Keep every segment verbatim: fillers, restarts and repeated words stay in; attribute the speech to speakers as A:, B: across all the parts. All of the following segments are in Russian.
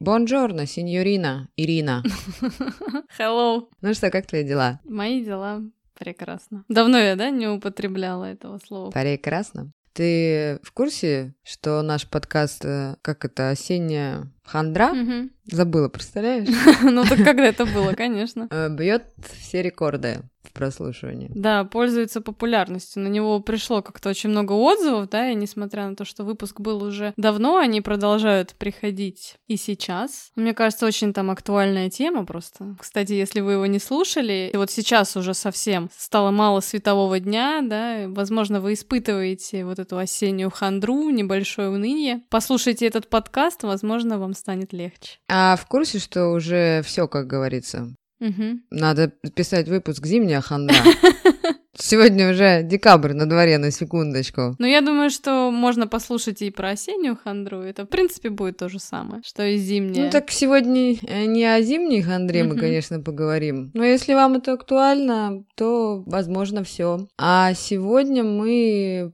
A: Бонжорно, сеньорина Ирина.
B: Hello.
A: Ну что, как твои дела?
B: Мои дела прекрасно. Давно я, да, не употребляла этого слова.
A: Прекрасно. Ты в курсе, что наш подкаст, как это, осенняя хандра?
B: Угу.
A: Забыла, представляешь?
B: Ну так когда это было, конечно.
A: Бьет все рекорды в прослушивании.
B: Да, пользуется популярностью. На него пришло как-то очень много отзывов, да, и несмотря на то, что выпуск был уже давно, они продолжают приходить и сейчас. Мне кажется, очень там актуальная тема просто. Кстати, если вы его не слушали, и вот сейчас уже совсем стало мало светового дня, да, возможно, вы испытываете вот эту осеннюю хандру, небольшое уныние. Послушайте этот подкаст, возможно, вам станет легче.
A: А в курсе, что уже все, как говорится?
B: Угу.
A: Надо писать выпуск «Зимняя хандра». Сегодня уже декабрь на дворе, на секундочку.
B: Ну, я думаю, что можно послушать и про осеннюю хандру. Это, в принципе, будет то же самое, что и зимняя.
A: Ну, так сегодня не о зимней хандре мы, конечно, поговорим. Но если вам это актуально, то, возможно, все. А сегодня мы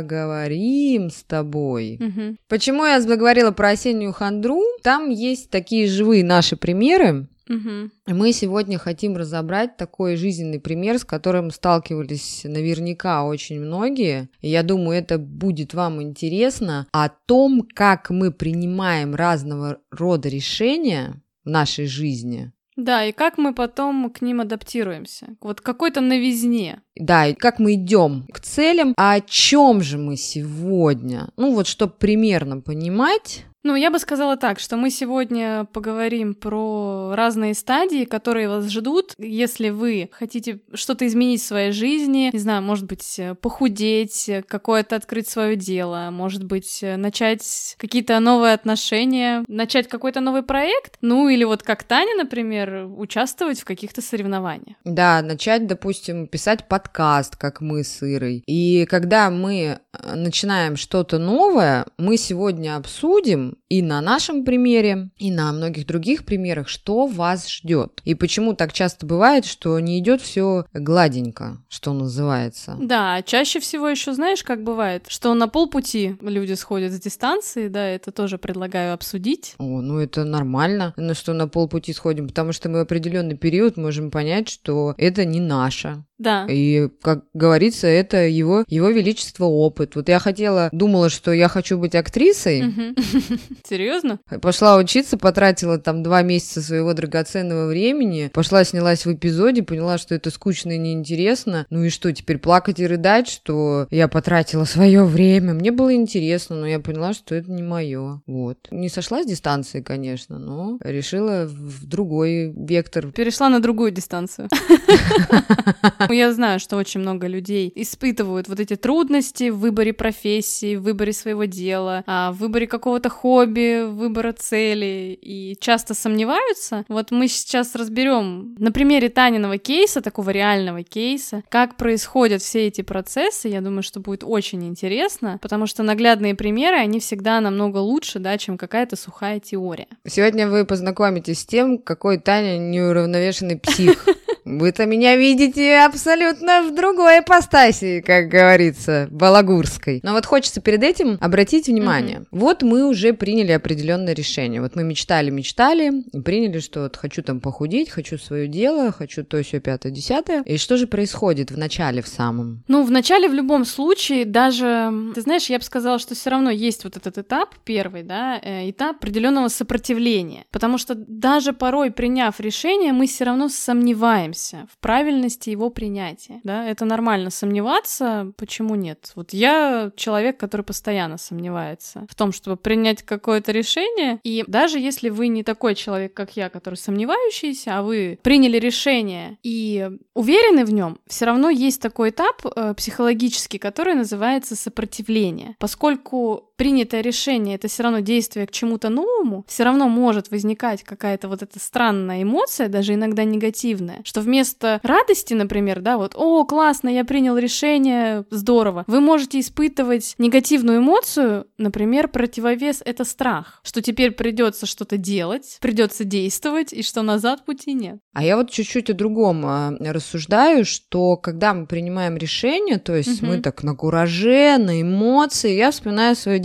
A: поговорим с тобой.
B: Угу.
A: Почему я заговорила про осеннюю хандру? Там есть такие живые наши примеры.
B: Угу.
A: Мы сегодня хотим разобрать такой жизненный пример, с которым сталкивались наверняка очень многие. И я думаю, это будет вам интересно о том, как мы принимаем разного рода решения в нашей жизни.
B: Да, и как мы потом к ним адаптируемся. Вот какой-то новизне.
A: Да, и как мы идем к целям. А о чем же мы сегодня? Ну вот, чтобы примерно понимать.
B: Ну, я бы сказала так, что мы сегодня поговорим про разные стадии, которые вас ждут, если вы хотите что-то изменить в своей жизни, не знаю, может быть, похудеть, какое-то открыть свое дело, может быть, начать какие-то новые отношения, начать какой-то новый проект, ну или вот как Таня, например, участвовать в каких-то соревнованиях.
A: Да, начать, допустим, писать подкаст, как мы с Ирой. И когда мы начинаем что-то новое, мы сегодня обсудим и на нашем примере, и на многих других примерах, что вас ждет. И почему так часто бывает, что не идет все гладенько, что называется.
B: Да, чаще всего еще знаешь, как бывает, что на полпути люди сходят с дистанции, да, это тоже предлагаю обсудить.
A: О, ну это нормально, на что на полпути сходим, потому что мы в определенный период можем понять, что это не наше.
B: Да.
A: И, как говорится, это его, его величество опыт. Вот я хотела, думала, что я хочу быть актрисой.
B: Серьезно?
A: Пошла учиться, потратила там два месяца своего драгоценного времени. Пошла, снялась в эпизоде, поняла, что это скучно и неинтересно. Ну и что, теперь плакать и рыдать, что я потратила свое время? Мне было интересно, но я поняла, что это не мое. Вот. Не сошла с дистанции, конечно, но решила в другой вектор.
B: Перешла на другую дистанцию. Я знаю, что очень много людей испытывают вот эти трудности в выборе профессии, в выборе своего дела, в выборе какого-то хобби, выбора цели, и часто сомневаются. Вот мы сейчас разберем на примере Таниного кейса, такого реального кейса, как происходят все эти процессы. Я думаю, что будет очень интересно, потому что наглядные примеры, они всегда намного лучше, да, чем какая-то сухая теория.
A: Сегодня вы познакомитесь с тем, какой Таня неуравновешенный псих. Вы-то меня видите абсолютно в другой ипостаси, как говорится, балагурской. Но вот хочется перед этим обратить внимание. Mm-hmm. Вот мы уже приняли определенное решение. Вот мы мечтали-мечтали и приняли, что вот хочу там похудеть, хочу свое дело, хочу то, сё, пятое, десятое. И что же происходит в начале в самом?
B: Ну, в начале в любом случае даже, ты знаешь, я бы сказала, что все равно есть вот этот этап первый, да, этап определенного сопротивления. Потому что даже порой, приняв решение, мы все равно сомневаемся в правильности его принятия, да, это нормально сомневаться, почему нет? Вот я человек, который постоянно сомневается в том, чтобы принять какое-то решение, и даже если вы не такой человек, как я, который сомневающийся, а вы приняли решение и уверены в нем, все равно есть такой этап э, психологический, который называется сопротивление, поскольку принятое решение — это все равно действие к чему-то новому, все равно может возникать какая-то вот эта странная эмоция, даже иногда негативная, что вместо радости, например, да, вот, о, классно, я принял решение, здорово, вы можете испытывать негативную эмоцию, например, противовес — это страх, что теперь придется что-то делать, придется действовать, и что назад пути нет.
A: А я вот чуть-чуть о другом а, рассуждаю, что когда мы принимаем решение, то есть угу. мы так на кураже, на эмоции, я вспоминаю свое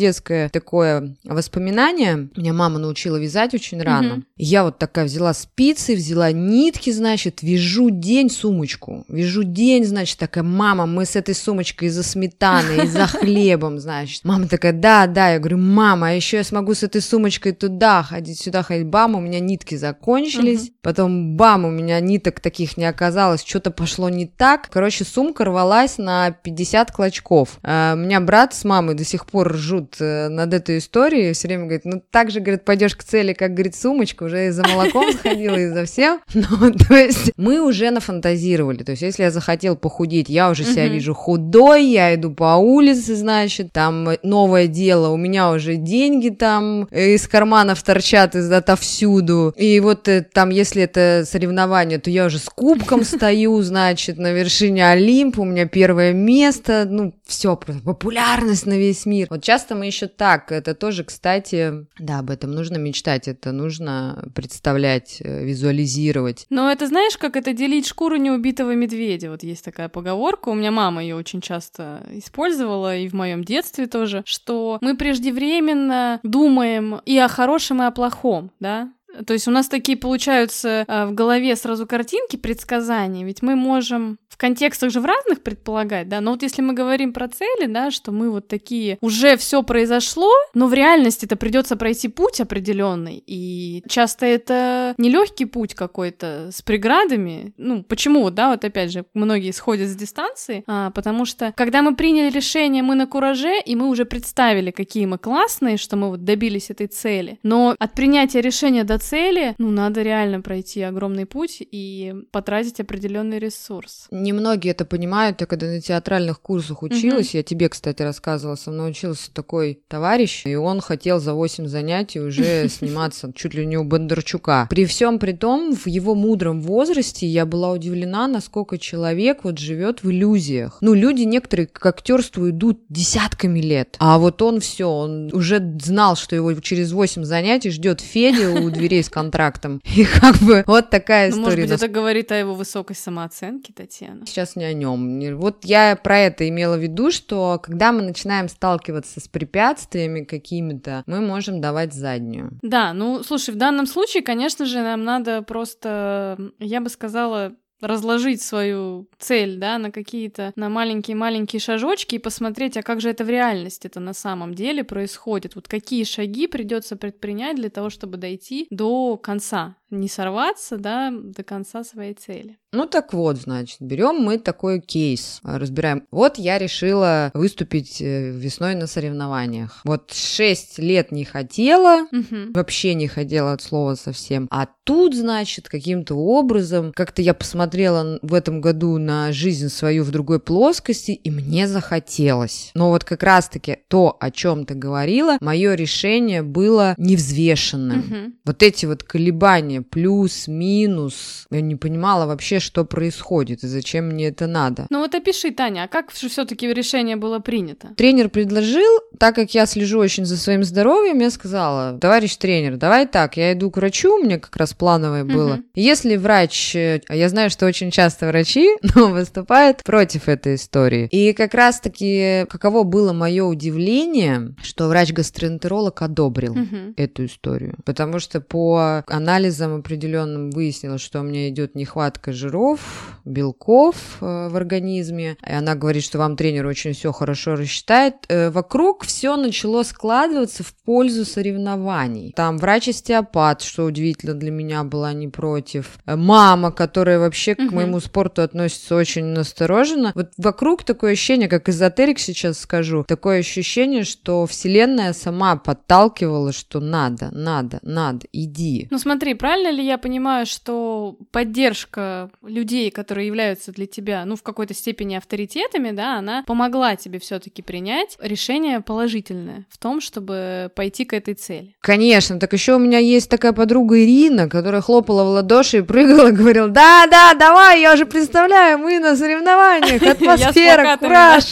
A: детское такое воспоминание. Меня мама научила вязать очень рано. Mm-hmm. Я вот такая взяла спицы, взяла нитки, значит, вяжу день сумочку. Вяжу день, значит, такая: мама, мы с этой сумочкой за сметаной, и за хлебом, значит. Мама такая: да, да. Я говорю: мама, а еще я смогу с этой сумочкой туда ходить, сюда ходить. Бам, у меня нитки закончились. Mm-hmm. Потом, бам, у меня ниток таких не оказалось. Что-то пошло не так. Короче, сумка рвалась на пятьдесят клочков. А у меня брат с мамой до сих пор ржут над этой историей. Все время говорит: ну так же, говорит, пойдешь к цели, как, говорит, сумочка. Уже и за молоком сходила, и за всем. Ну, то есть мы уже нафантазировали. То есть если я захотел похудеть, я уже себя вижу худой, я иду по улице, значит, там новое дело, у меня уже деньги там из карманов торчат из отовсюду. И вот там, если это соревнование, то я уже с кубком стою, значит, на вершине Олимпа, у меня первое место, ну, все, популярность на весь мир. Вот часто мы еще так, это тоже, кстати, да, об этом нужно мечтать, это нужно представлять, визуализировать.
B: Но это, знаешь, как это делить шкуру неубитого медведя? Вот есть такая поговорка, у меня мама ее очень часто использовала, и в моем детстве тоже, что мы преждевременно думаем и о хорошем, и о плохом, да? То есть у нас такие получаются а, в голове сразу картинки, предсказания, ведь мы можем в контекстах же в разных предполагать, да, но вот если мы говорим про цели, да, что мы вот такие, уже все произошло, но в реальности это придется пройти путь определенный, и часто это не легкий путь какой-то с преградами, ну, почему, да, вот опять же, многие сходят с дистанции, а, потому что, когда мы приняли решение, мы на кураже, и мы уже представили, какие мы классные, что мы вот добились этой цели, но от принятия решения до цели, ну, надо реально пройти огромный путь и потратить определенный ресурс.
A: Немногие это понимают. Я когда на театральных курсах училась, uh-huh. я тебе, кстати, рассказывала, со мной учился такой товарищ, и он хотел за восемь занятий уже сниматься чуть ли не у Бондарчука. При всем при том, в его мудром возрасте я была удивлена, насколько человек вот живет в иллюзиях. Ну, люди некоторые к актерству идут десятками лет, а вот он все, он уже знал, что его через восемь занятий ждет Федя у двери с контрактом. И как бы вот такая история.
B: Ну, может быть, это говорит о его высокой самооценке, Татьяна?
A: Сейчас не о нем. Вот я про это имела в виду, что когда мы начинаем сталкиваться с препятствиями какими-то, мы можем давать заднюю.
B: Да, ну, слушай, в данном случае, конечно же, нам надо просто, я бы сказала, разложить свою цель, да, на какие-то, на маленькие-маленькие шажочки и посмотреть, а как же это в реальности это на самом деле происходит. Вот какие шаги придется предпринять для того, чтобы дойти до конца, не сорваться, да, до конца своей цели.
A: Ну так вот, значит, берем мы такой кейс, разбираем. Вот я решила выступить весной на соревнованиях. Вот шесть лет не хотела, угу. вообще не хотела от слова совсем. А тут, значит, каким-то образом, как-то я посмотрела в этом году на жизнь свою в другой плоскости, и мне захотелось. Но вот как раз-таки то, о чем ты говорила, мое решение было невзвешенным. Угу. Вот эти вот колебания, плюс, минус, я не понимала вообще, что происходит и зачем мне это надо.
B: Ну вот опиши, Таня, а как же все-таки решение было принято?
A: Тренер предложил, так как я слежу очень за своим здоровьем, я сказала: товарищ тренер, давай так, я иду к врачу, у меня как раз плановое было. Uh-huh. Если врач, а я знаю, что очень часто врачи, но выступают против этой истории. И как раз-таки каково было мое удивление, что врач-гастроэнтеролог одобрил uh-huh. эту историю. Потому что по анализам определенным выяснилось, что у меня идет нехватка жиров, белков э, в организме. И она говорит, что вам тренер очень все хорошо рассчитает. Э, вокруг все начало складываться в пользу соревнований. Там врач-остеопат, что удивительно для меня, была не против. Э, мама, которая вообще uh-huh. к моему спорту относится очень настороженно. Вот вокруг такое ощущение, как эзотерик сейчас скажу, такое ощущение, что вселенная сама подталкивала, что надо, надо, надо, иди.
B: Ну смотри, правильно ли я понимаю, что поддержка людей, которые являются для тебя, ну, в какой-то степени авторитетами, да, она помогла тебе все-таки принять решение положительное в том, чтобы пойти к этой цели?
A: Конечно, так еще у меня есть такая подруга Ирина, которая хлопала в ладоши и прыгала, говорила: да, да, давай, я уже представляю, мы на соревнованиях, атмосфера, кураж.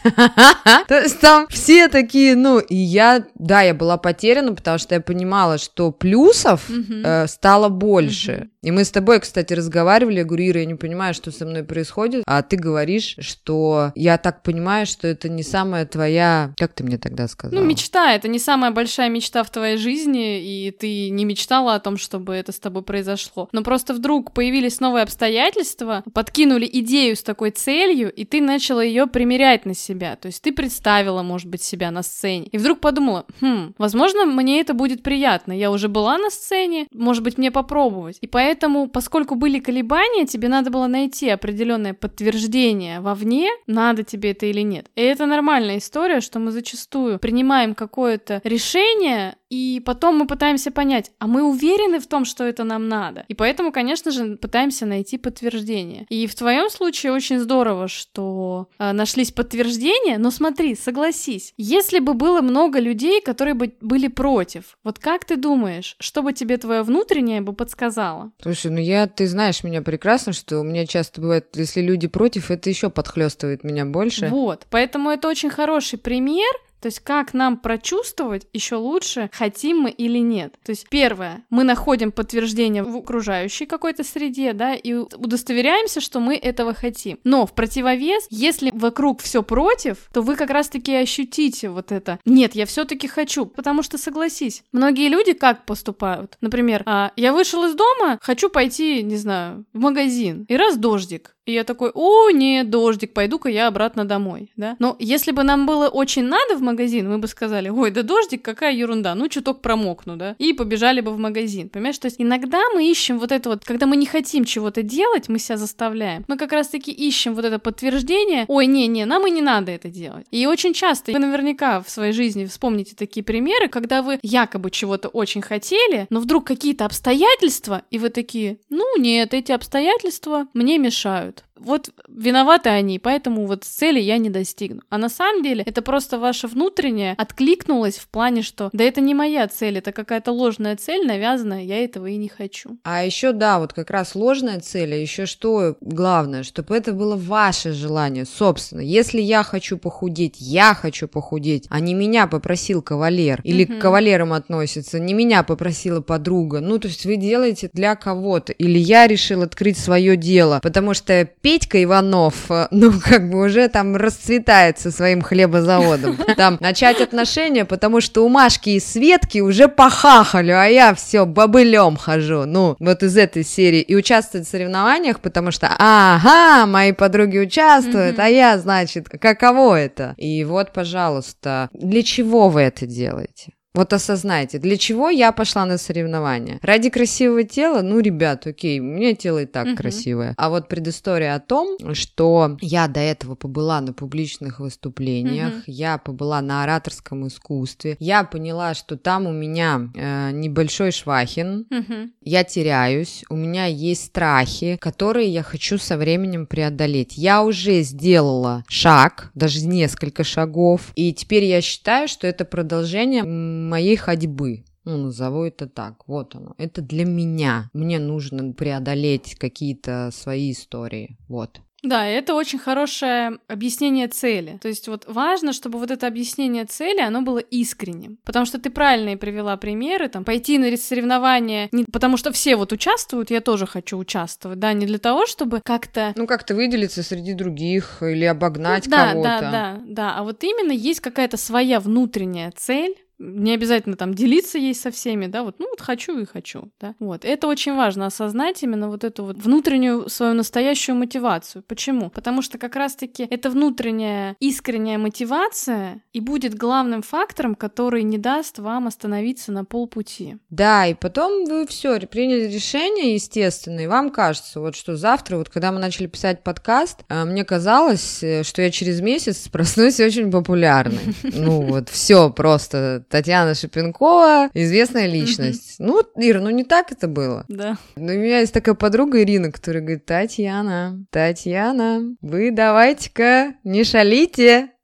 A: То есть там все такие, ну, и я, да, я была потеряна, потому что я понимала, что плюсов э, стало больше. И мы с тобой, кстати, разговаривали, я говорю, Ира, я не понимаю, что со мной происходит, а ты говоришь, что я так понимаю, что это не самая твоя... Как ты мне тогда сказала?
B: Ну, мечта, это не самая большая мечта в твоей жизни, и ты не мечтала о том, чтобы это с тобой произошло. Но просто вдруг появились новые обстоятельства, подкинули идею с такой целью, и ты начала ее примерять на себя. То есть ты представила, может быть, себя на сцене. И вдруг подумала, хм, возможно, мне это будет приятно. Я уже была на сцене, может быть, мне попробовать. И поэтому Поэтому, поскольку были колебания, тебе надо было найти определенное подтверждение вовне, надо тебе это или нет. И это нормальная история, что мы зачастую принимаем какое-то решение, и потом мы пытаемся понять, а мы уверены в том, что это нам надо. И поэтому, конечно же, пытаемся найти подтверждение. И в твоем случае очень здорово, что э, нашлись подтверждения, но смотри, согласись, если бы было много людей, которые бы были против, вот как ты думаешь, что бы тебе твое внутреннее бы подсказало?
A: Слушай, ну я, ты знаешь меня прекрасно, что у меня часто бывает, если люди против, это еще подхлестывает меня больше.
B: Вот, поэтому это очень хороший пример. То есть как нам прочувствовать еще лучше, хотим мы или нет. То есть первое, мы находим подтверждение в окружающей какой-то среде, да, и удостоверяемся, что мы этого хотим. Но в противовес, если вокруг все против, то вы как раз-таки ощутите вот это. Нет, я все-таки хочу, потому что согласись, многие люди как поступают? Например, а, я вышел из дома, хочу пойти, не знаю, в магазин, и раз дождик. И я такой, о, нет, дождик, пойду-ка я обратно домой, да. Но если бы нам было очень надо в магазин, мы бы сказали, ой, да дождик, какая ерунда, ну чуток промокну, да, и побежали бы в магазин, понимаешь? То есть иногда мы ищем вот это вот, когда мы не хотим чего-то делать, мы себя заставляем, мы как раз-таки ищем вот это подтверждение, ой, не-не, нам и не надо это делать. И очень часто, вы наверняка в своей жизни вспомните такие примеры, когда вы якобы чего-то очень хотели, но вдруг какие-то обстоятельства, и вы такие, ну нет, эти обстоятельства мне мешают. Вот виноваты они, поэтому вот цели я не достигну. А на самом деле это просто ваше внутреннее откликнулось в плане, что да это не моя цель, это какая-то ложная цель, навязанная, я этого и не хочу.
A: А еще да, вот как раз ложная цель, а еще что главное, чтобы это было ваше желание, собственно. Если я хочу похудеть, я хочу похудеть, а не меня попросил кавалер, или uh-huh. к кавалерам относится, не меня попросила подруга, ну то есть вы делаете для кого-то, или я решил открыть свое дело, потому что Петька Иванов, ну, как бы уже там расцветает со своим хлебозаводом. Там начать отношения, потому что у Машки и Светки уже похахали, а я все бобылем хожу. Ну, вот из этой серии. И участвовать в соревнованиях, потому что, ага, мои подруги участвуют, mm-hmm. а я, значит, каково это? И вот, пожалуйста, для чего вы это делаете? Вот осознайте, для чего я пошла на соревнования? Ради красивого тела? Ну, ребят, окей, у меня тело и так uh-huh. красивое. А вот предыстория о том, что я до этого побыла на публичных выступлениях, uh-huh. я побыла на ораторском искусстве, я поняла, что там у меня э, небольшой швахин, uh-huh. я теряюсь, у меня есть страхи, которые я хочу со временем преодолеть. Я уже сделала шаг, даже несколько шагов, и теперь я считаю, что это продолжение моей ходьбы. Ну, назову это так. Вот оно. Это для меня. Мне нужно преодолеть какие-то свои истории. Вот.
B: Да, это очень хорошее объяснение цели. То есть вот важно, чтобы вот это объяснение цели, оно было искренним. Потому что ты правильно и привела примеры, там, пойти на соревнования, не потому что все вот участвуют, я тоже хочу участвовать, да, не для того, чтобы как-то...
A: Ну, как-то выделиться среди других или обогнать
B: ну, да,
A: кого-то.
B: Да, да, да, а вот именно есть какая-то своя внутренняя цель, не обязательно там делиться ей со всеми, да, вот, ну вот хочу и хочу, да, вот. Это очень важно осознать именно вот эту вот внутреннюю свою настоящую мотивацию. Почему? Потому что как раз-таки эта внутренняя искренняя мотивация и будет главным фактором, который не даст вам остановиться на полпути.
A: Да, и потом вы все приняли решение, естественно, и вам кажется, вот что завтра, вот когда мы начали писать подкаст, мне казалось, что я через месяц проснусь очень популярной. Ну вот, все просто... Татьяна Шипенкова, известная личность. Mm-hmm. Ну, Ира, ну не так это было.
B: Да.
A: Но у меня есть такая подруга Ирина, которая говорит, Татьяна, Татьяна, вы давайте-ка не шалите.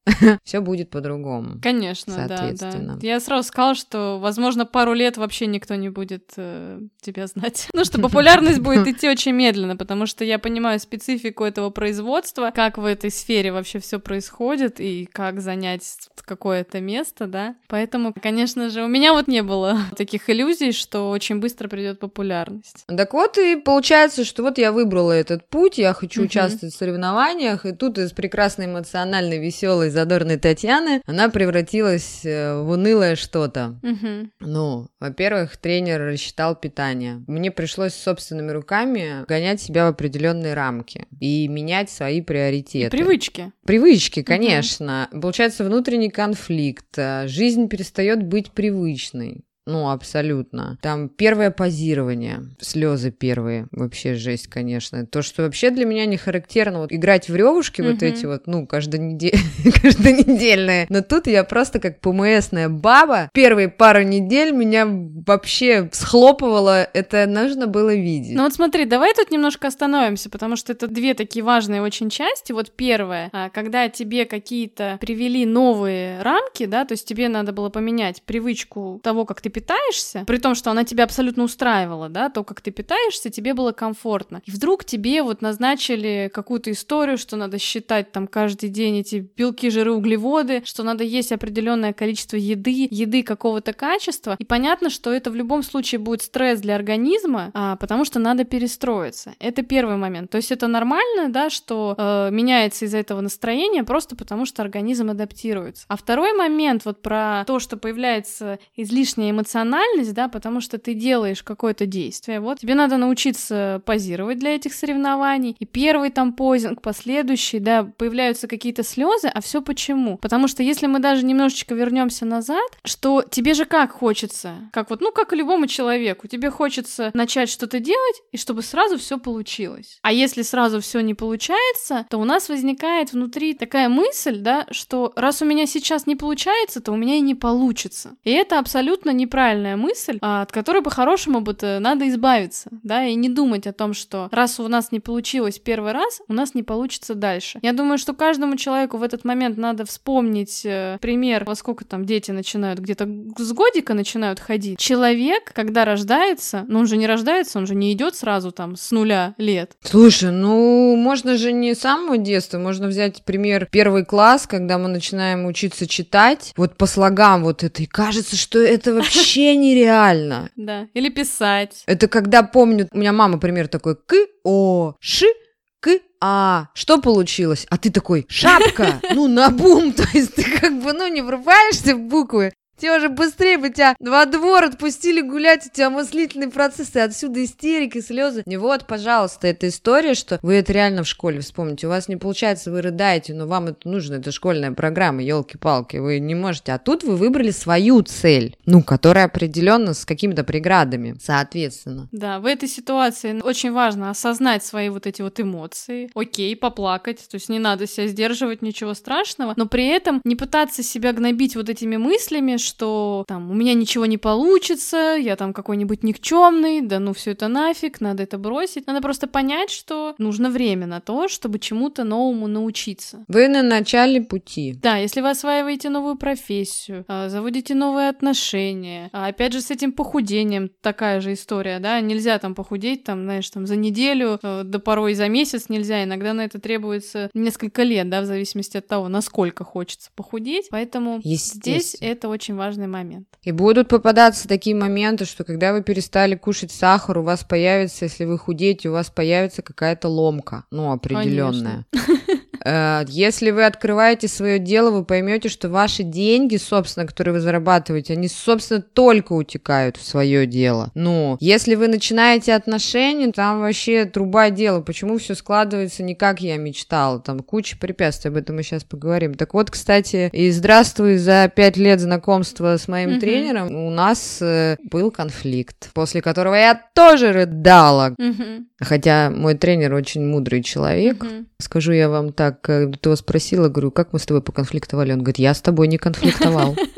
A: все будет по-другому.
B: Конечно,
A: соответственно.
B: Да, да. Я сразу сказала, что, возможно, пару лет вообще никто не будет э, тебя знать. Ну, что популярность будет идти очень медленно, потому что я понимаю специфику этого производства, как в этой сфере вообще все происходит и как занять какое-то место, да. Поэтому, конечно же, у меня вот не было таких иллюзий, что очень быстро придет популярность.
A: Так вот, и получается, что вот я выбрала этот путь, я хочу uh-huh. участвовать в соревнованиях, и тут из прекрасной, эмоциональной, веселой, задорной Татьяны она превратилась в унылое что-то.
B: Uh-huh.
A: Ну, во-первых, тренер рассчитал питание. Мне пришлось собственными руками гонять себя в определенные рамки и менять свои приоритеты.
B: И привычки.
A: Привычки, конечно. Uh-huh. Получается, внутренний конфликт. Жизнь перестает быть привычной. Ну, абсолютно. Там первое позирование, слезы первые, вообще жесть, конечно. То, что вообще для меня не характерно, вот играть в рёвушки uh-huh. вот эти вот, ну, каждонедель... каждонедельные. Но тут я просто как ПМСная баба. Первые пару недель меня вообще схлопывало, это нужно было видеть.
B: Ну вот смотри, давай тут немножко остановимся, потому что это две такие важные очень части. Вот первое, когда тебе какие-то привели новые рамки, да, то есть тебе надо было поменять привычку того, как ты питаешься, при том, что она тебя абсолютно устраивала, да, то, как ты питаешься, тебе было комфортно. И вдруг тебе вот назначили какую-то историю, что надо считать там каждый день эти белки, жиры, углеводы, что надо есть определенное количество еды, еды какого-то качества. И понятно, что это в любом случае будет стресс для организма, а, потому что надо перестроиться. Это первый момент. То есть это нормально, да, что э, меняется из-за этого настроение, просто потому что организм адаптируется. А второй момент вот про то, что появляется излишняя эмоциональность, да, потому что ты делаешь какое-то действие, вот, тебе надо научиться позировать для этих соревнований, и первый там позинг, последующий, да, появляются какие-то слезы, а все почему? Потому что если мы даже немножечко вернемся назад, что тебе же как хочется, как вот, ну, как и любому человеку, тебе хочется начать что-то делать, и чтобы сразу все получилось. А если сразу все не получается, то у нас возникает внутри такая мысль, да, что раз у меня сейчас не получается, то у меня и не получится. И это абсолютно не неправильная мысль, от которой по-хорошему бы надо избавиться, да, и не думать о том, что раз у нас не получилось первый раз, у нас не получится дальше. Я думаю, что каждому человеку в этот момент надо вспомнить э, пример, во сколько там дети начинают, где-то с годика начинают ходить. Человек, когда рождается, ну он же не рождается, он же не идет сразу там с нуля лет.
A: Слушай, ну можно же не с самого детства, можно взять пример первый класс, когда мы начинаем учиться читать, вот по слогам вот это, и кажется, что это вообще Вообще нереально.
B: Да, или писать.
A: Это когда, помню, у меня мама пример такой: к, о, ш, к, а. Что получилось? А ты такой: шапка, ну набум, то есть ты как бы, ну не врубаешься в буквы. Тебе уже быстрее бы тебя во двор отпустили гулять, у тебя мыслительные процессы, отсюда истерики, слезы. И вот, пожалуйста, эта история, что вы это реально в школе вспомните. У вас не получается, вы рыдаете, но вам это нужно, это школьная программа, елки-палки, вы не можете. А тут вы выбрали свою цель, ну, которая определенно с какими-то преградами, соответственно.
B: Да, в этой ситуации очень важно осознать свои вот эти вот эмоции. Окей, поплакать, то есть не надо себя сдерживать, ничего страшного, но при этом не пытаться себя гнобить вот этими мыслями, что там у меня ничего не получится, я там какой-нибудь никчемный, да ну все это нафиг, надо это бросить. Надо просто понять, что нужно время на то, чтобы чему-то новому научиться.
A: Вы на начале пути.
B: Да, если вы осваиваете новую профессию, заводите новые отношения, опять же с этим похудением такая же история, да, нельзя там похудеть, там, знаешь, там за неделю, да порой за месяц нельзя, иногда на это требуется несколько лет, да, в зависимости от того, насколько хочется похудеть, поэтому здесь это очень важный момент.
A: И будут попадаться такие моменты, что когда вы перестали кушать сахар, у вас появится, если вы худеете, у вас появится какая-то ломка, ну, определенная. Если вы открываете свое дело, вы поймете, что ваши деньги, собственно, которые вы зарабатываете, они, собственно, только утекают в свое дело. Ну, если вы начинаете отношения, там вообще труба дела. Почему все складывается не как я мечтала? Там куча препятствий, об этом мы сейчас поговорим. Так вот, кстати, и здравствуй, за пять лет знакомства с моим mm-hmm. тренером у нас э, был конфликт, после которого я тоже рыдала.
B: Mm-hmm.
A: Хотя мой тренер очень мудрый человек. Mm-hmm. Скажу я вам так, когда ты его спросила, говорю, как мы с тобой поконфликтовали? Он говорит, я с тобой не конфликтовал.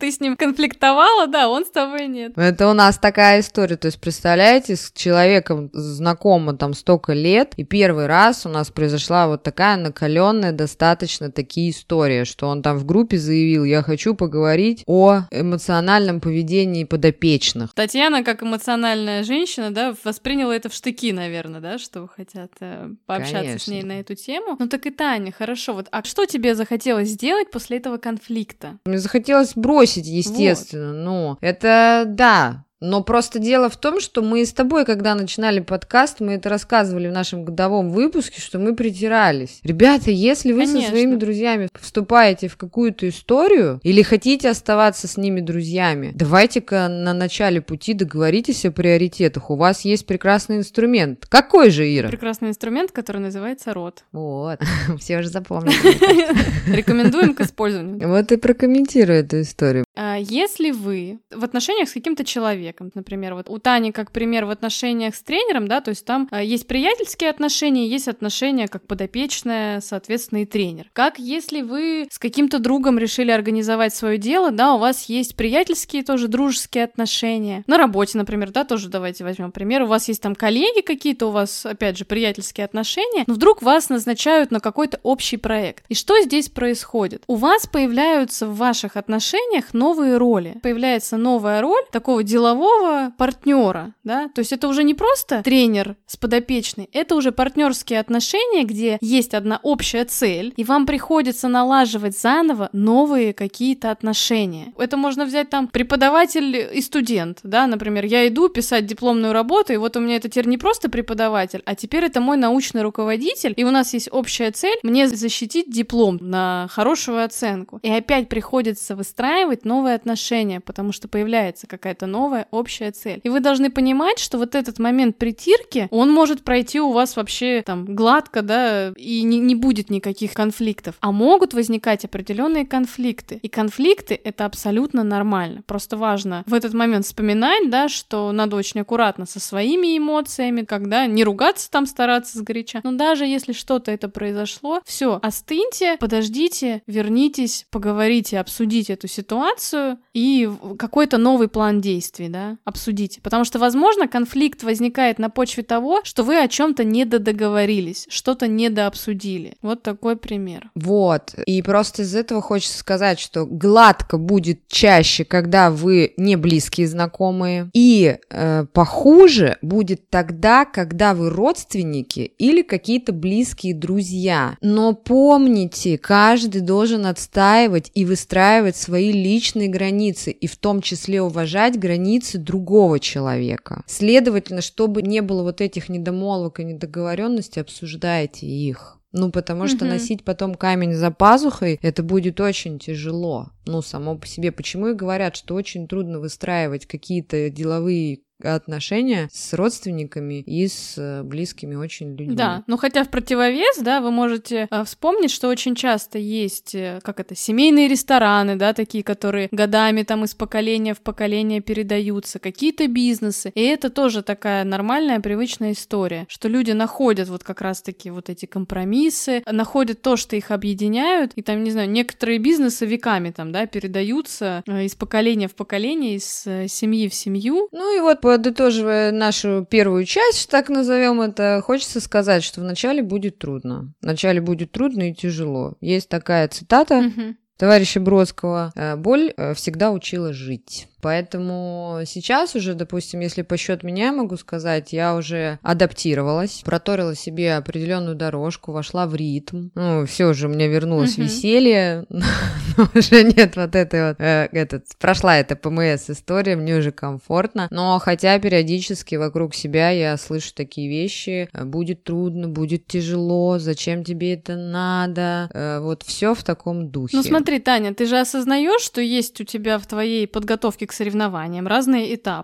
B: ты с ним конфликтовала, да, он с тобой нет.
A: Это у нас такая история, то есть, представляете, с человеком знакомо там столько лет, и первый раз у нас произошла вот такая накаленная достаточно такие истории, что он там в группе заявил: я хочу поговорить о эмоциональном поведении подопечных.
B: Татьяна, как эмоциональная женщина, да, восприняла это в штыки, наверное, да, что хотят э, пообщаться
A: Конечно.
B: С ней на эту тему. Ну так и Таня, хорошо, вот, а что тебе захотелось сделать после этого конфликта?
A: Мне захотелось бросить, естественно, вот. Ну, это да. Но просто дело в том, что мы с тобой, когда начинали подкаст, мы это рассказывали в нашем годовом выпуске, что мы притирались. Ребята, если вы Конечно. Со своими друзьями вступаете в какую-то историю или хотите оставаться с ними друзьями, давайте-ка на начале пути договоритесь о приоритетах. У вас есть прекрасный инструмент. Какой же, Ира?
B: Прекрасный инструмент, который называется рот.
A: Вот, все уже запомнили.
B: Рекомендуем к использованию.
A: Вот и прокомментирую эту историю.
B: Если вы в отношениях с каким-то человеком, например, вот у Тани как пример в отношениях с тренером, да, то есть там а, есть приятельские отношения, есть отношения как подопечная, соответственно, и тренер. Как если вы с каким-то другом решили организовать свое дело, да, у вас есть приятельские тоже дружеские отношения. На работе, например, да, тоже давайте возьмем пример, у вас есть там коллеги какие-то, у вас, опять же, приятельские отношения, но вдруг вас назначают на какой-то общий проект. И что здесь происходит? У вас появляются в ваших отношениях новые роли. Появляется новая роль такого делового партнера, да, то есть это уже не просто тренер с подопечной, это уже партнерские отношения, где есть одна общая цель, и вам приходится налаживать заново новые какие-то отношения. Это можно взять там преподаватель и студент, да, например, я иду писать дипломную работу, и вот у меня это теперь не просто преподаватель, а теперь это мой научный руководитель, и у нас есть общая цель мне защитить диплом на хорошую оценку. И опять приходится выстраивать новые отношения, потому что появляется какая-то новая общая цель. И вы должны понимать, что вот этот момент притирки, он может пройти у вас вообще там гладко, да, и не, не будет никаких конфликтов. А могут возникать определенные конфликты. И конфликты — это абсолютно нормально. Просто важно в этот момент вспоминать, да, что надо очень аккуратно со своими эмоциями, когда не ругаться там, стараться сгоряча. Но даже если что-то это произошло, все, остыньте, подождите, вернитесь, поговорите, обсудите эту ситуацию и какой-то новый план действий, да, обсудите. Потому что, возможно, конфликт возникает на почве того, что вы о чем-то недодоговорились, что-то недообсудили. Вот такой пример.
A: Вот. И просто из этого хочется сказать, что гладко будет чаще, когда вы не близкие знакомые, и э, похуже будет тогда, когда вы родственники или какие-то близкие друзья. Но помните, каждый должен отстаивать и выстраивать свои личные границы, и в том числе уважать границы другого человека. Следовательно, чтобы не было вот этих недомолвок и недоговоренностей, обсуждайте их. Ну, потому что mm-hmm. носить потом камень за пазухой, это будет очень тяжело. Ну, само по себе. Почему и говорят, что очень трудно выстраивать какие-то деловые отношения с родственниками и с близкими очень людьми.
B: Да, ну хотя в противовес, да, вы можете э, вспомнить, что очень часто есть, э, как это, семейные рестораны, да, такие, которые годами там из поколения в поколение передаются, какие-то бизнесы, и это тоже такая нормальная, привычная история, что люди находят вот как раз-таки вот эти компромиссы, находят то, что их объединяют, и там, не знаю, некоторые бизнесы веками там, да, передаются э, из поколения в поколение, из э, семьи в семью.
A: Ну и вот подытоживая нашу первую часть, так назовем это, хочется сказать, что вначале будет трудно. Вначале будет трудно и тяжело. Есть такая цитата mm-hmm. товарища Бродского: «Боль всегда учила жить». Поэтому сейчас уже, допустим, если по счету меня я могу сказать, я уже адаптировалась, проторила себе определенную дорожку, вошла в ритм. Ну, все уже, у меня вернулось uh-huh. веселье, но уже нет вот этой вот, э, этот, прошла эта ПМС-история, мне уже комфортно. Но хотя периодически вокруг себя я слышу такие вещи: будет трудно, будет тяжело, зачем тебе это надо, э, вот все в таком духе.
B: Ну смотри, Таня, ты же осознаешь, что есть у тебя в твоей подготовке к соревнованиям разные этапы,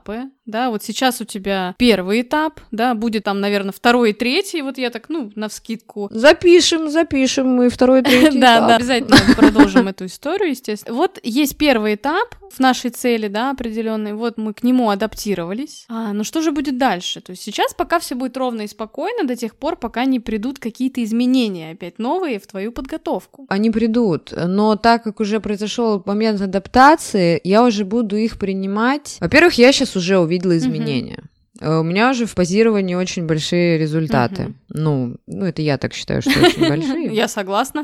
B: да, вот сейчас у тебя первый этап, да, будет там, наверное, второй и третий, вот я так, ну, навскидку.
A: Запишем, запишем мы второй и третий
B: Да,
A: этап.
B: да, обязательно продолжим эту историю, естественно. Вот есть первый этап в нашей цели, да, определенный, вот мы к нему адаптировались. А, но что же будет дальше? То есть сейчас пока все будет ровно и спокойно до тех пор, пока не придут какие-то изменения опять новые в твою подготовку.
A: Они придут, но так как уже произошел момент адаптации, я уже буду их принимать. Во-первых, я сейчас уже увидела изменения. Uh-huh. У меня уже в позировании очень большие результаты. Uh-huh. Ну, ну, это я так считаю, что очень большие.
B: Я согласна.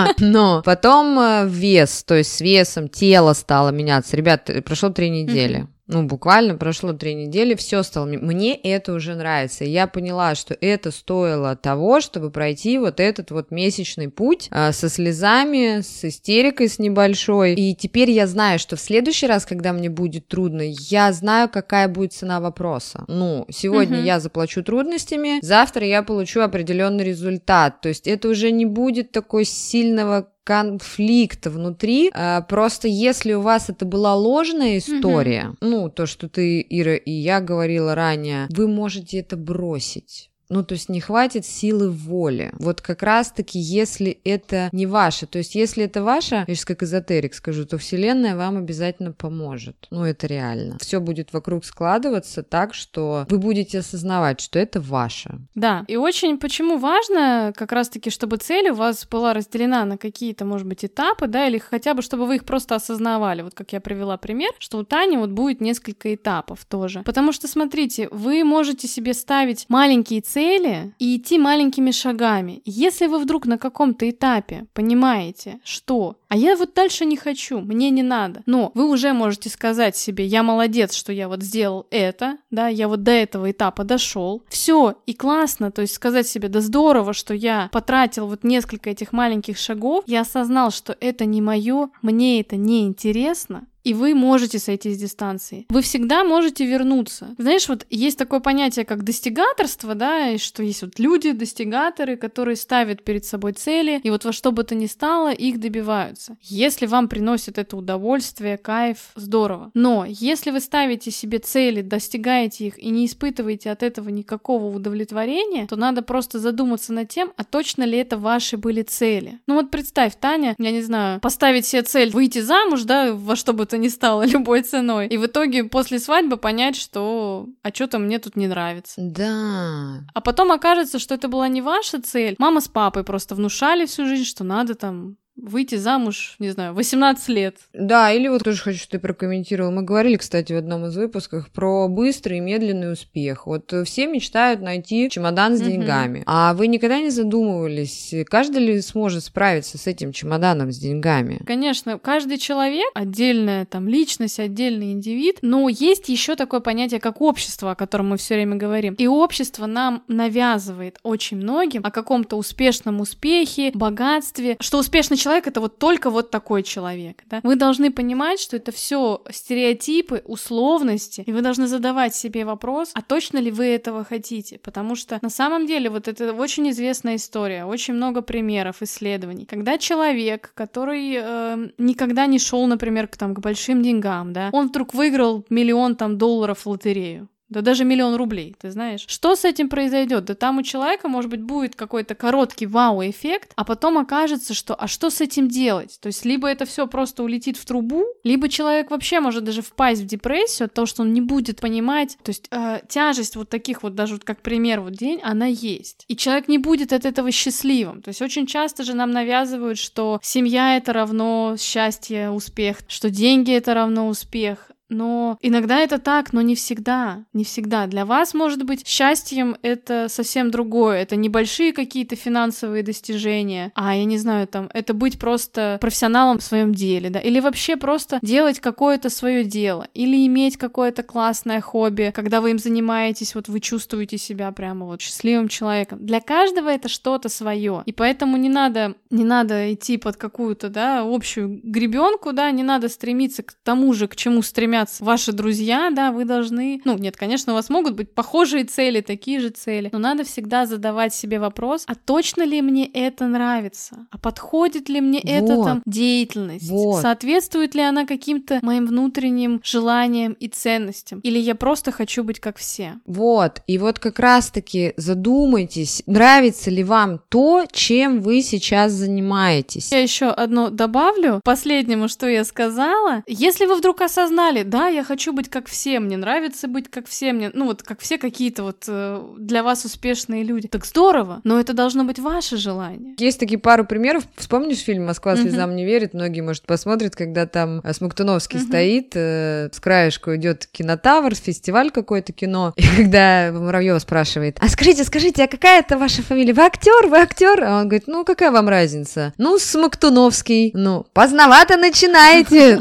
A: Но потом вес, то есть с весом тело стало меняться. Ребят, прошло три недели. Ну, буквально прошло три недели, все стало... Мне это уже нравится. И я поняла, что это стоило того, чтобы пройти вот этот вот месячный путь а, со слезами, с истерикой с небольшой. И теперь я знаю, что в следующий раз, когда мне будет трудно, я знаю, какая будет цена вопроса. Ну, сегодня uh-huh. я заплачу трудностями, завтра я получу определенный результат. То есть это уже не будет такой сильного конфликта внутри, а, просто если у вас это была ложная история, mm-hmm. ну, то, что ты, Ира, и я говорила ранее, вы можете это бросить. Ну, то есть не хватит силы воли. Вот как раз-таки, если это не ваше, то есть если это ваше, я сейчас как эзотерик скажу, то Вселенная вам обязательно поможет. Ну, это реально. Все будет вокруг складываться так, что вы будете осознавать, что это ваше.
B: Да, и очень почему важно как раз-таки, чтобы цель у вас была разделена на какие-то, может быть, этапы, да, или хотя бы, чтобы вы их просто осознавали. Вот как я привела пример, что у Тани вот будет несколько этапов тоже. Потому что, смотрите, вы можете себе ставить маленькие цели, и идти маленькими шагами. Если вы вдруг на каком-то этапе понимаете, что «а я вот дальше не хочу, мне не надо», но вы уже можете сказать себе «я молодец, что я вот сделал это, да, я вот до этого этапа дошел, все, и классно», то есть сказать себе «да здорово, что я потратил вот несколько этих маленьких шагов, я осознал, что это не мое, мне это не интересно», и вы можете сойти с дистанции. Вы всегда можете вернуться. Знаешь, вот есть такое понятие, как достигаторство, да, и что есть вот люди-достигаторы, которые ставят перед собой цели, и вот во что бы то ни стало, их добиваются. Если вам приносит это удовольствие, кайф, здорово. Но если вы ставите себе цели, достигаете их и не испытываете от этого никакого удовлетворения, то надо просто задуматься над тем, а точно ли это ваши были цели. Ну вот представь, Таня, я не знаю, поставить себе цель выйти замуж, да, во что бы то ни стало, любой ценой. И в итоге после свадьбы понять, что а что-то мне тут не нравится.
A: Да.
B: А потом окажется, что это была не ваша цель. Мама с папой просто внушали всю жизнь, что надо там выйти замуж, не знаю, восемнадцать лет.
A: Да, или вот тоже хочу, что ты прокомментировал. Мы говорили, кстати, в одном из выпусков про быстрый и медленный успех. Вот все мечтают найти чемодан с деньгами. Uh-huh. А вы никогда не задумывались, каждый ли сможет справиться с этим чемоданом с деньгами?
B: Конечно, каждый человек, отдельная там личность, отдельный индивид, но есть еще такое понятие, как общество, о котором мы все время говорим. И общество нам навязывает очень многим о каком-то успешном успехе, богатстве, что успешный человек — это вот только вот такой человек, да? Вы должны понимать, что это все стереотипы, условности, и вы должны задавать себе вопрос, а точно ли вы этого хотите? Потому что на самом деле вот это очень известная история, очень много примеров, исследований. Когда человек, который э, никогда не шел, например, к, там, к большим деньгам, да, он вдруг выиграл миллион там долларов в лотерею, да даже миллион рублей, ты знаешь. Что с этим произойдет? Да там у человека, может быть, будет какой-то короткий вау-эффект, а потом окажется, что а что с этим делать? То есть либо это все просто улетит в трубу, либо человек вообще может даже впасть в депрессию от того, что он не будет понимать. То есть э, тяжесть вот таких вот, даже вот как пример вот день, она есть. И человек не будет от этого счастливым. То есть очень часто же нам навязывают, что семья — это равно счастье, успех, что деньги — это равно успех. Но иногда это так, но не всегда, не всегда. Для вас, может быть, счастьем это совсем другое. Это небольшие какие-то финансовые достижения, а, я не знаю, там, это быть просто профессионалом в своем деле, да, или вообще просто делать какое-то свое дело, или иметь какое-то классное хобби, когда вы им занимаетесь, вот вы чувствуете себя прямо вот счастливым человеком. Для каждого это что-то свое, и поэтому не надо, не надо идти под какую-то, да, общую гребенку, да, не надо стремиться к тому же, к чему стремятся равняться ваши друзья, да, вы должны... Ну, нет, конечно, у вас могут быть похожие цели, такие же цели, но надо всегда задавать себе вопрос, а точно ли мне это нравится? А подходит ли мне вот. эта там деятельность? Вот. Соответствует ли она каким-то моим внутренним желаниям и ценностям? Или я просто хочу быть как все?
A: Вот, и вот как раз-таки задумайтесь, нравится ли вам то, чем вы сейчас занимаетесь.
B: Я еще одно добавлю, последнему, что я сказала. Если вы вдруг осознали, да, я хочу быть как все, мне нравится быть как все, мне, ну вот как все какие-то вот э, для вас успешные люди, так здорово, но это должно быть ваше желание.
A: Есть такие пару примеров. Вспомнишь фильм «Москва слезам не верит»? Многие, может, посмотрят, когда там Смоктуновский uh-huh. стоит, э, с краешку идет кинотавр, фестиваль какой-то кино, и когда Муравьева спрашивает: а скажите, скажите, а какая это ваша фамилия? Вы актер, вы актер? А он говорит: ну, какая вам разница? Ну, Смоктуновский. Ну, поздновато начинаете.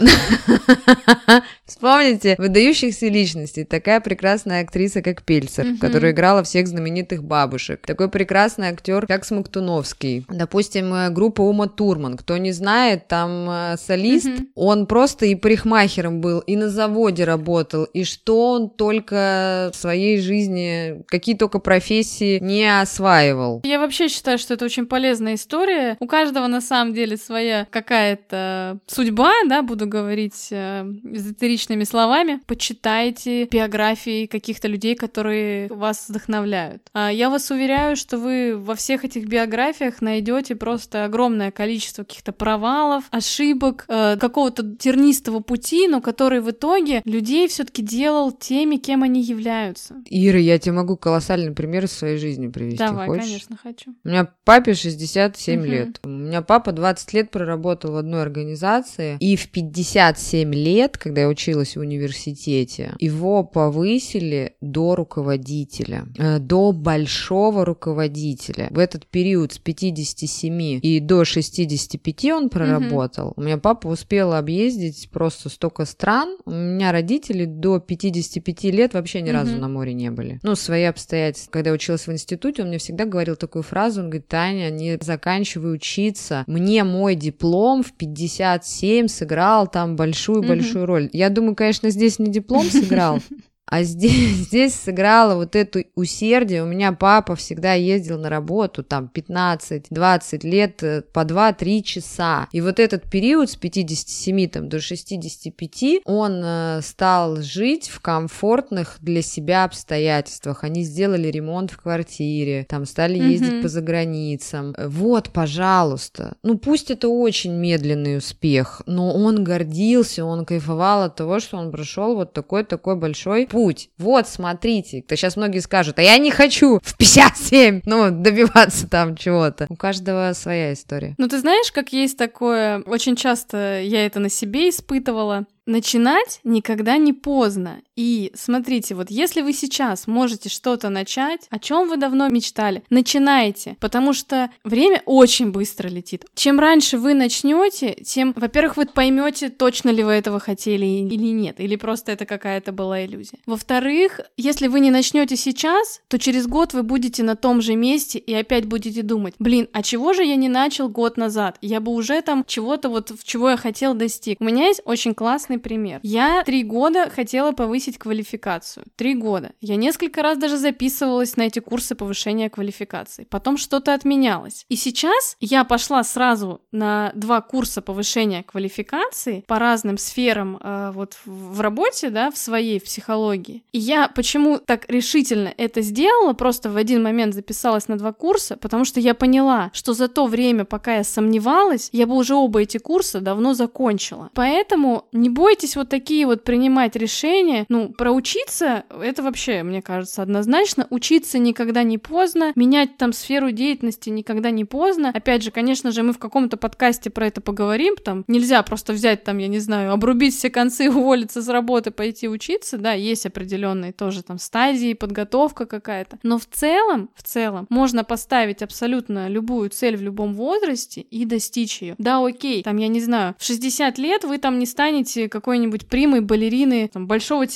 A: Вспомните выдающихся личностей. Такая прекрасная актриса, как Пельцер, mm-hmm. которая играла всех знаменитых бабушек. Такой прекрасный актер, как Смоктуновский. Допустим, группа Ума Турман. Кто не знает, там солист, mm-hmm. он просто и парикмахером был, и на заводе работал, и что он только в своей жизни, какие только профессии не осваивал.
B: Я вообще считаю, что это очень полезная история. У каждого на самом деле своя какая-то судьба, да, буду говорить э, эзотеричными словами. Почитайте биографии каких-то людей, которые вас вдохновляют. А я вас уверяю, что вы во всех этих биографиях найдете просто огромное количество каких-то провалов, ошибок, э, какого-то тернистого пути, но который в итоге людей все-таки делал теми, кем они являются.
A: Ира, я тебе могу колоссальный пример из своей жизни привести.
B: Давай,
A: хочешь?
B: Конечно, хочу.
A: У меня папе шестьдесят семь
B: uh-huh.
A: лет. У меня папа двадцать лет проработал в одной организации, и в пятьдесят семь лет, когда я училась в университете, его повысили до руководителя, э, до большого руководителя. В этот период с пятидесяти семи и до шестидесяти пяти он проработал. Uh-huh. У меня папа успел объездить просто столько стран. У меня родители до пятидесяти пяти лет вообще ни uh-huh. разу на море не были. Ну, свои обстоятельства. Когда я училась в институте, он мне всегда говорил такую фразу, он говорит: Таня, не заканчивай учиться. Мне мой диплом в пятьдесят семь сыграл там большую-большую mm-hmm. роль. Я думаю, конечно, здесь не диплом сыграл, а здесь, здесь сыграло вот это усердие. У меня папа всегда ездил на работу там пятнадцать-двадцать лет по два-три часа. И вот этот период с пятидесяти семи там, до шестидесяти пяти он э, стал жить в комфортных для себя обстоятельствах. Они сделали ремонт в квартире, там стали ездить mm-hmm. по заграницам. Вот, пожалуйста. Ну, пусть это очень медленный успех, но он гордился, он кайфовал от того, что он прошел вот такой-такой большой путь. Вот, смотрите. То сейчас многие скажут: а я не хочу в пятьдесят семь, ну, добиваться там чего-то. У каждого своя история.
B: Ну, ты знаешь, как есть такое, очень часто я это на себе испытывала. Начинать никогда не поздно. И смотрите, вот если вы сейчас можете что-то начать, о чем вы давно мечтали, начинайте, потому что время очень быстро летит. Чем раньше вы начнете, тем, во-первых, вы поймете, точно ли вы этого хотели или нет, или просто это какая-то была иллюзия. Во-вторых, если вы не начнете сейчас, то через год вы будете на том же месте и опять будете думать: блин, а чего же я не начал год назад? Я бы уже там чего-то вот, чего я хотел достиг. У меня есть очень классный пример. Я три года хотела повысить квалификацию. Три года. Я несколько раз даже записывалась на эти курсы повышения квалификации. Потом что-то отменялось. И сейчас я пошла сразу на два курса повышения квалификации по разным сферам э, вот в работе, да, в своей психологии. И я почему так решительно это сделала, просто в один момент записалась на два курса, потому что я поняла, что за то время, пока я сомневалась, я бы уже оба эти курса давно закончила. Поэтому не бойтесь бойтесь вот такие вот принимать решения. Ну, проучиться, это вообще, мне кажется, однозначно. Учиться никогда не поздно, менять там сферу деятельности никогда не поздно. Опять же, конечно же, мы в каком-то подкасте про это поговорим, там нельзя просто взять там, я не знаю, обрубить все концы, уволиться с работы, пойти учиться, да, есть определенные тоже там стадии, подготовка какая-то. Но в целом, в целом, можно поставить абсолютно любую цель в любом возрасте и достичь ее. Да, окей, там, я не знаю, в шестьдесят лет вы там не станете какой-нибудь примой, балерины там, большого театра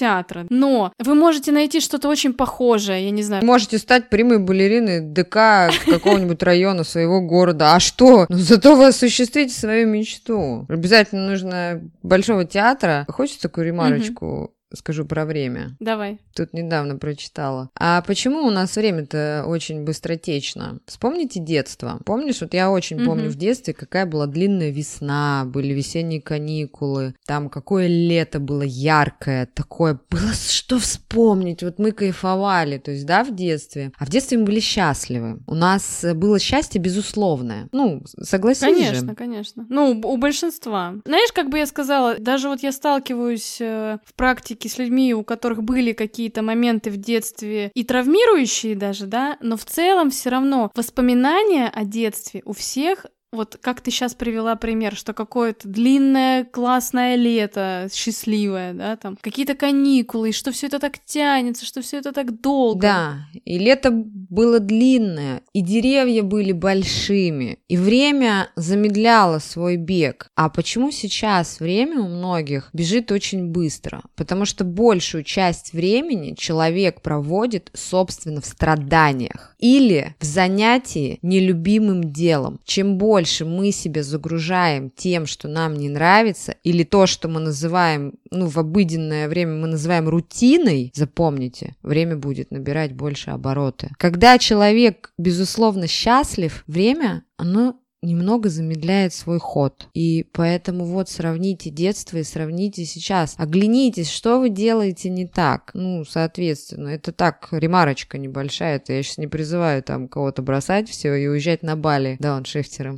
B: театра, но вы можете найти что-то очень похожее, я не знаю.
A: Можете стать прямой балериной ДК какого-нибудь района своего города. А что? Ну, зато вы осуществите свою мечту. Обязательно нужно большого театра. Хочешь такую ремарочку? Угу. Скажу про время.
B: Давай.
A: Тут недавно прочитала. А почему у нас время-то очень быстротечно? Вспомните детство. Помнишь, вот я очень mm-hmm. помню в детстве, какая была длинная весна, были весенние каникулы, там какое лето было яркое, такое было что вспомнить. Вот мы кайфовали, то есть, да, в детстве. А в детстве мы были счастливы. У нас было счастье безусловное. Ну, согласись
B: конечно,
A: же.
B: Конечно, конечно. Ну, у большинства. Знаешь, как бы я сказала, даже вот я сталкиваюсь э, в практике с людьми, у которых были какие-то моменты в детстве и травмирующие даже, да, но в целом все равно воспоминания о детстве у всех. Вот как ты сейчас привела пример, что какое-то длинное классное лето, счастливое, да, там, какие-то каникулы, и что все это так тянется, что все это так долго.
A: Да, и лето было длинное, и деревья были большими, и время замедляло свой бег. А почему сейчас время у многих бежит очень быстро? Потому что большую часть времени человек проводит, собственно, в страданиях или в занятии нелюбимым делом. Чем больше больше мы себя загружаем тем, что нам не нравится, или то, что мы называем, ну, в обыденное время мы называем рутиной, запомните, время будет набирать больше обороты. Когда человек, безусловно, счастлив, время, оно немного замедляет свой ход. И поэтому вот сравните детство и сравните сейчас. Оглянитесь, что вы делаете не так. Ну, соответственно, это так, ремарочка небольшая. Это я сейчас не призываю там кого-то бросать все и уезжать на Бали дауншифтером.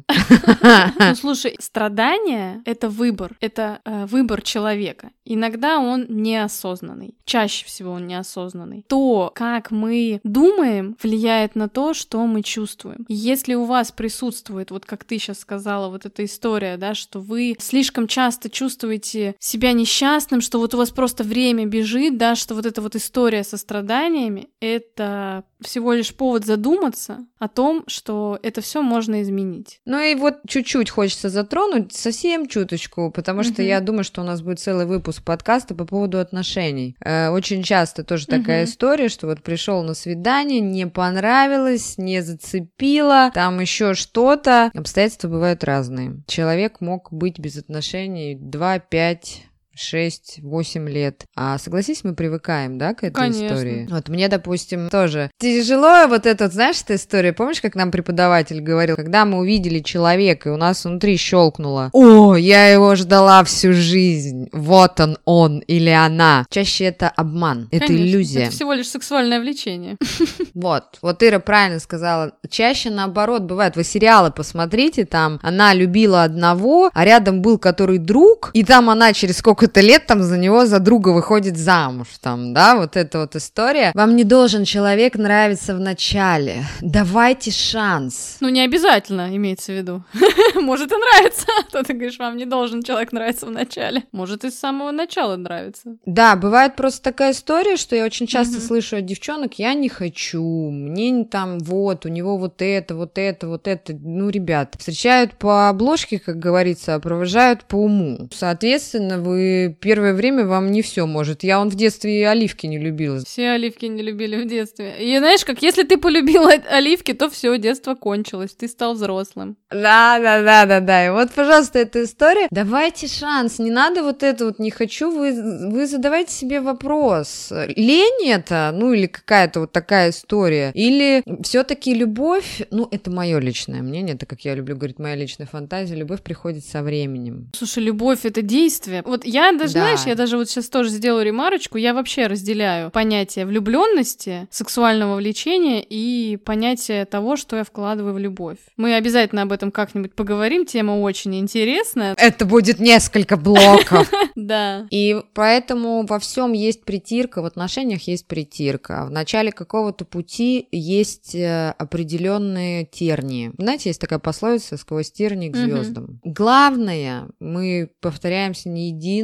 B: Ну, слушай, страдание — это выбор. Это э, выбор человека. Иногда он неосознанный. Чаще всего он неосознанный. То, как мы думаем, влияет на то, что мы чувствуем. Если у вас присутствует, вот как ты сейчас сказала, вот эта история, да, что вы слишком часто чувствуете себя несчастным, что вот у вас просто время бежит, да, что вот эта вот история со страданиями — это всего лишь повод задуматься о том, что это все можно изменить.
A: Ну и вот чуть-чуть хочется затронуть, совсем чуточку, потому что uh-huh. я думаю, что у нас будет целый выпуск подкаста по поводу отношений. Э, очень часто тоже uh-huh. такая история, что вот пришел на свидание, не понравилось, не зацепило, там еще что-то. Обстоятельства бывают разные. Человек мог быть без отношений два, пять, шесть, восемь лет. А согласись, мы привыкаем, да, к этой
B: Конечно.
A: истории? Вот мне, допустим, тоже тяжело вот эта, знаешь, эта история. Помнишь, как нам преподаватель говорил, когда мы увидели человека, и у нас внутри щелкнуло: «О, я его ждала всю жизнь, вот он, он или она». Чаще это обман, это
B: Конечно.
A: иллюзия.
B: Это всего лишь сексуальное влечение.
A: Вот, вот Ира правильно сказала. Чаще наоборот бывает. Вы сериалы посмотрите, там она любила одного, а рядом был который друг, и там она через сколько то лет там за него, за друга выходит замуж, там, да, вот эта вот история. Вам не должен человек нравиться в начале. Давайте шанс.
B: Ну, не обязательно, имеется в виду. Может и нравится. То ты говоришь, вам не должен человек нравиться в начале. Может и с самого начала нравится.
A: Да, бывает просто такая история, что я очень часто mm-hmm. слышу от девчонок: я не хочу, мне там вот, у него вот это, вот это, вот это. Ну, ребят, встречают по обложке, как говорится, а провожают по уму. Соответственно, вы первое время вам не все может. Я он в детстве и оливки не любила.
B: Все оливки не любили в детстве. И знаешь, как если ты полюбила оливки, то все, детство кончилось, ты стал взрослым.
A: Да, да, да, да, да. И вот, пожалуйста, эта история. Давайте шанс. Не надо вот это вот не хочу. Вы, вы задавайте себе вопрос. Лень это, ну или какая-то вот такая история, или все-таки любовь, ну это мое личное мнение, это как я люблю говорить, моя личная фантазия, любовь приходит со временем.
B: Слушай, любовь — это действие. Вот я даже, да. знаешь, я даже вот сейчас тоже сделаю ремарочку, я вообще разделяю понятие влюбленности, сексуального влечения и понятие того, что я вкладываю в любовь. Мы обязательно об этом как-нибудь поговорим, тема очень интересная.
A: Это будет несколько блоков.
B: Да.
A: И поэтому во всем есть притирка, в отношениях есть притирка. В начале какого-то пути есть определенные тернии. Знаете, есть такая пословица: сквозь тернии к звездам. Главное, мы повторяемся не единожды,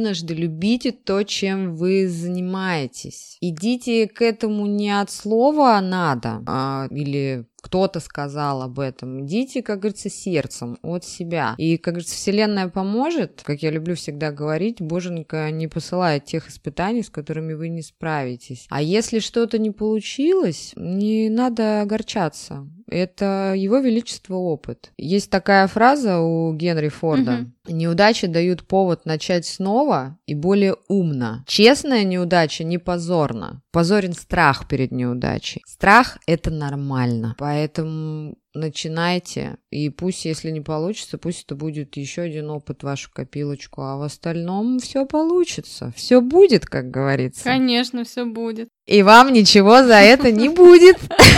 A: единожды любите то, чем вы занимаетесь. Идите к этому не от слова «надо» а, или кто-то сказал об этом. Идите, как говорится, сердцем, от себя. И, как говорится, Вселенная поможет. Как я люблю всегда говорить, Боженька не посылает тех испытаний, с которыми вы не справитесь. А если что-то не получилось, не надо огорчаться. Это его величество опыт. Есть такая фраза у Генри Форда. Угу. Неудачи дают повод начать снова и более умно. Честная неудача не позорна. Позорен страх перед неудачей. Страх – это нормально. Поэтому начинайте, и пусть, если не получится, пусть это будет еще один опыт в вашу копилочку, а в остальном все получится. Все будет, как говорится.
B: Конечно, все будет.
A: И вам ничего за это не будет.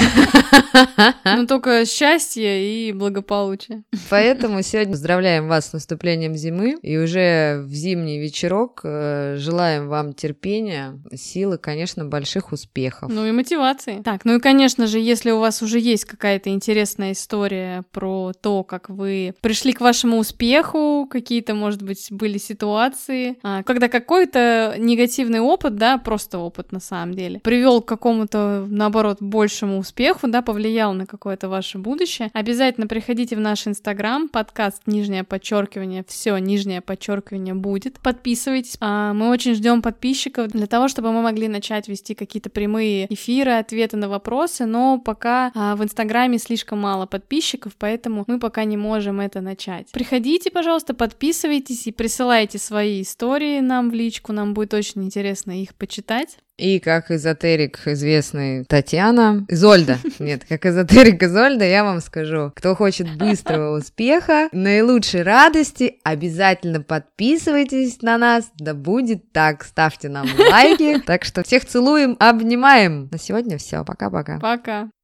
B: Ну, только счастье и благополучие.
A: Поэтому сегодня поздравляем вас с наступлением зимы, и уже в зимний вечерок желаем вам терпения, силы, конечно, больших успехов.
B: Ну и мотивации. Так, ну и, конечно же, если у вас уже есть какая-то интересная история про то, как вы пришли к вашему успеху, какие-то, может быть, были ситуации, когда какой-то негативный опыт, да, просто опыт на самом деле, привел к какому-то, наоборот, большему успеху, да, повлиял на какое-то ваше будущее, обязательно приходите в наш инстаграм, подкаст нижнее подчеркивание, все нижнее подчеркивание будет. Подписывайтесь. Мы очень ждем подписчиков для того, чтобы мы могли начать вести какие-то прямые эфиры, ответы на вопросы, но пока в инстаграме слишком мало подписчиков, поэтому мы пока не можем это начать. Приходите, пожалуйста, подписывайтесь и присылайте свои истории нам в личку, нам будет очень интересно их почитать.
A: И как эзотерик известный Татьяна, Изольда, нет, как эзотерик Изольда, я вам скажу, кто хочет быстрого успеха, наилучшей радости, обязательно подписывайтесь на нас, да будет так, ставьте нам лайки, так что всех целуем, обнимаем. На сегодня все, пока-пока.
B: Пока.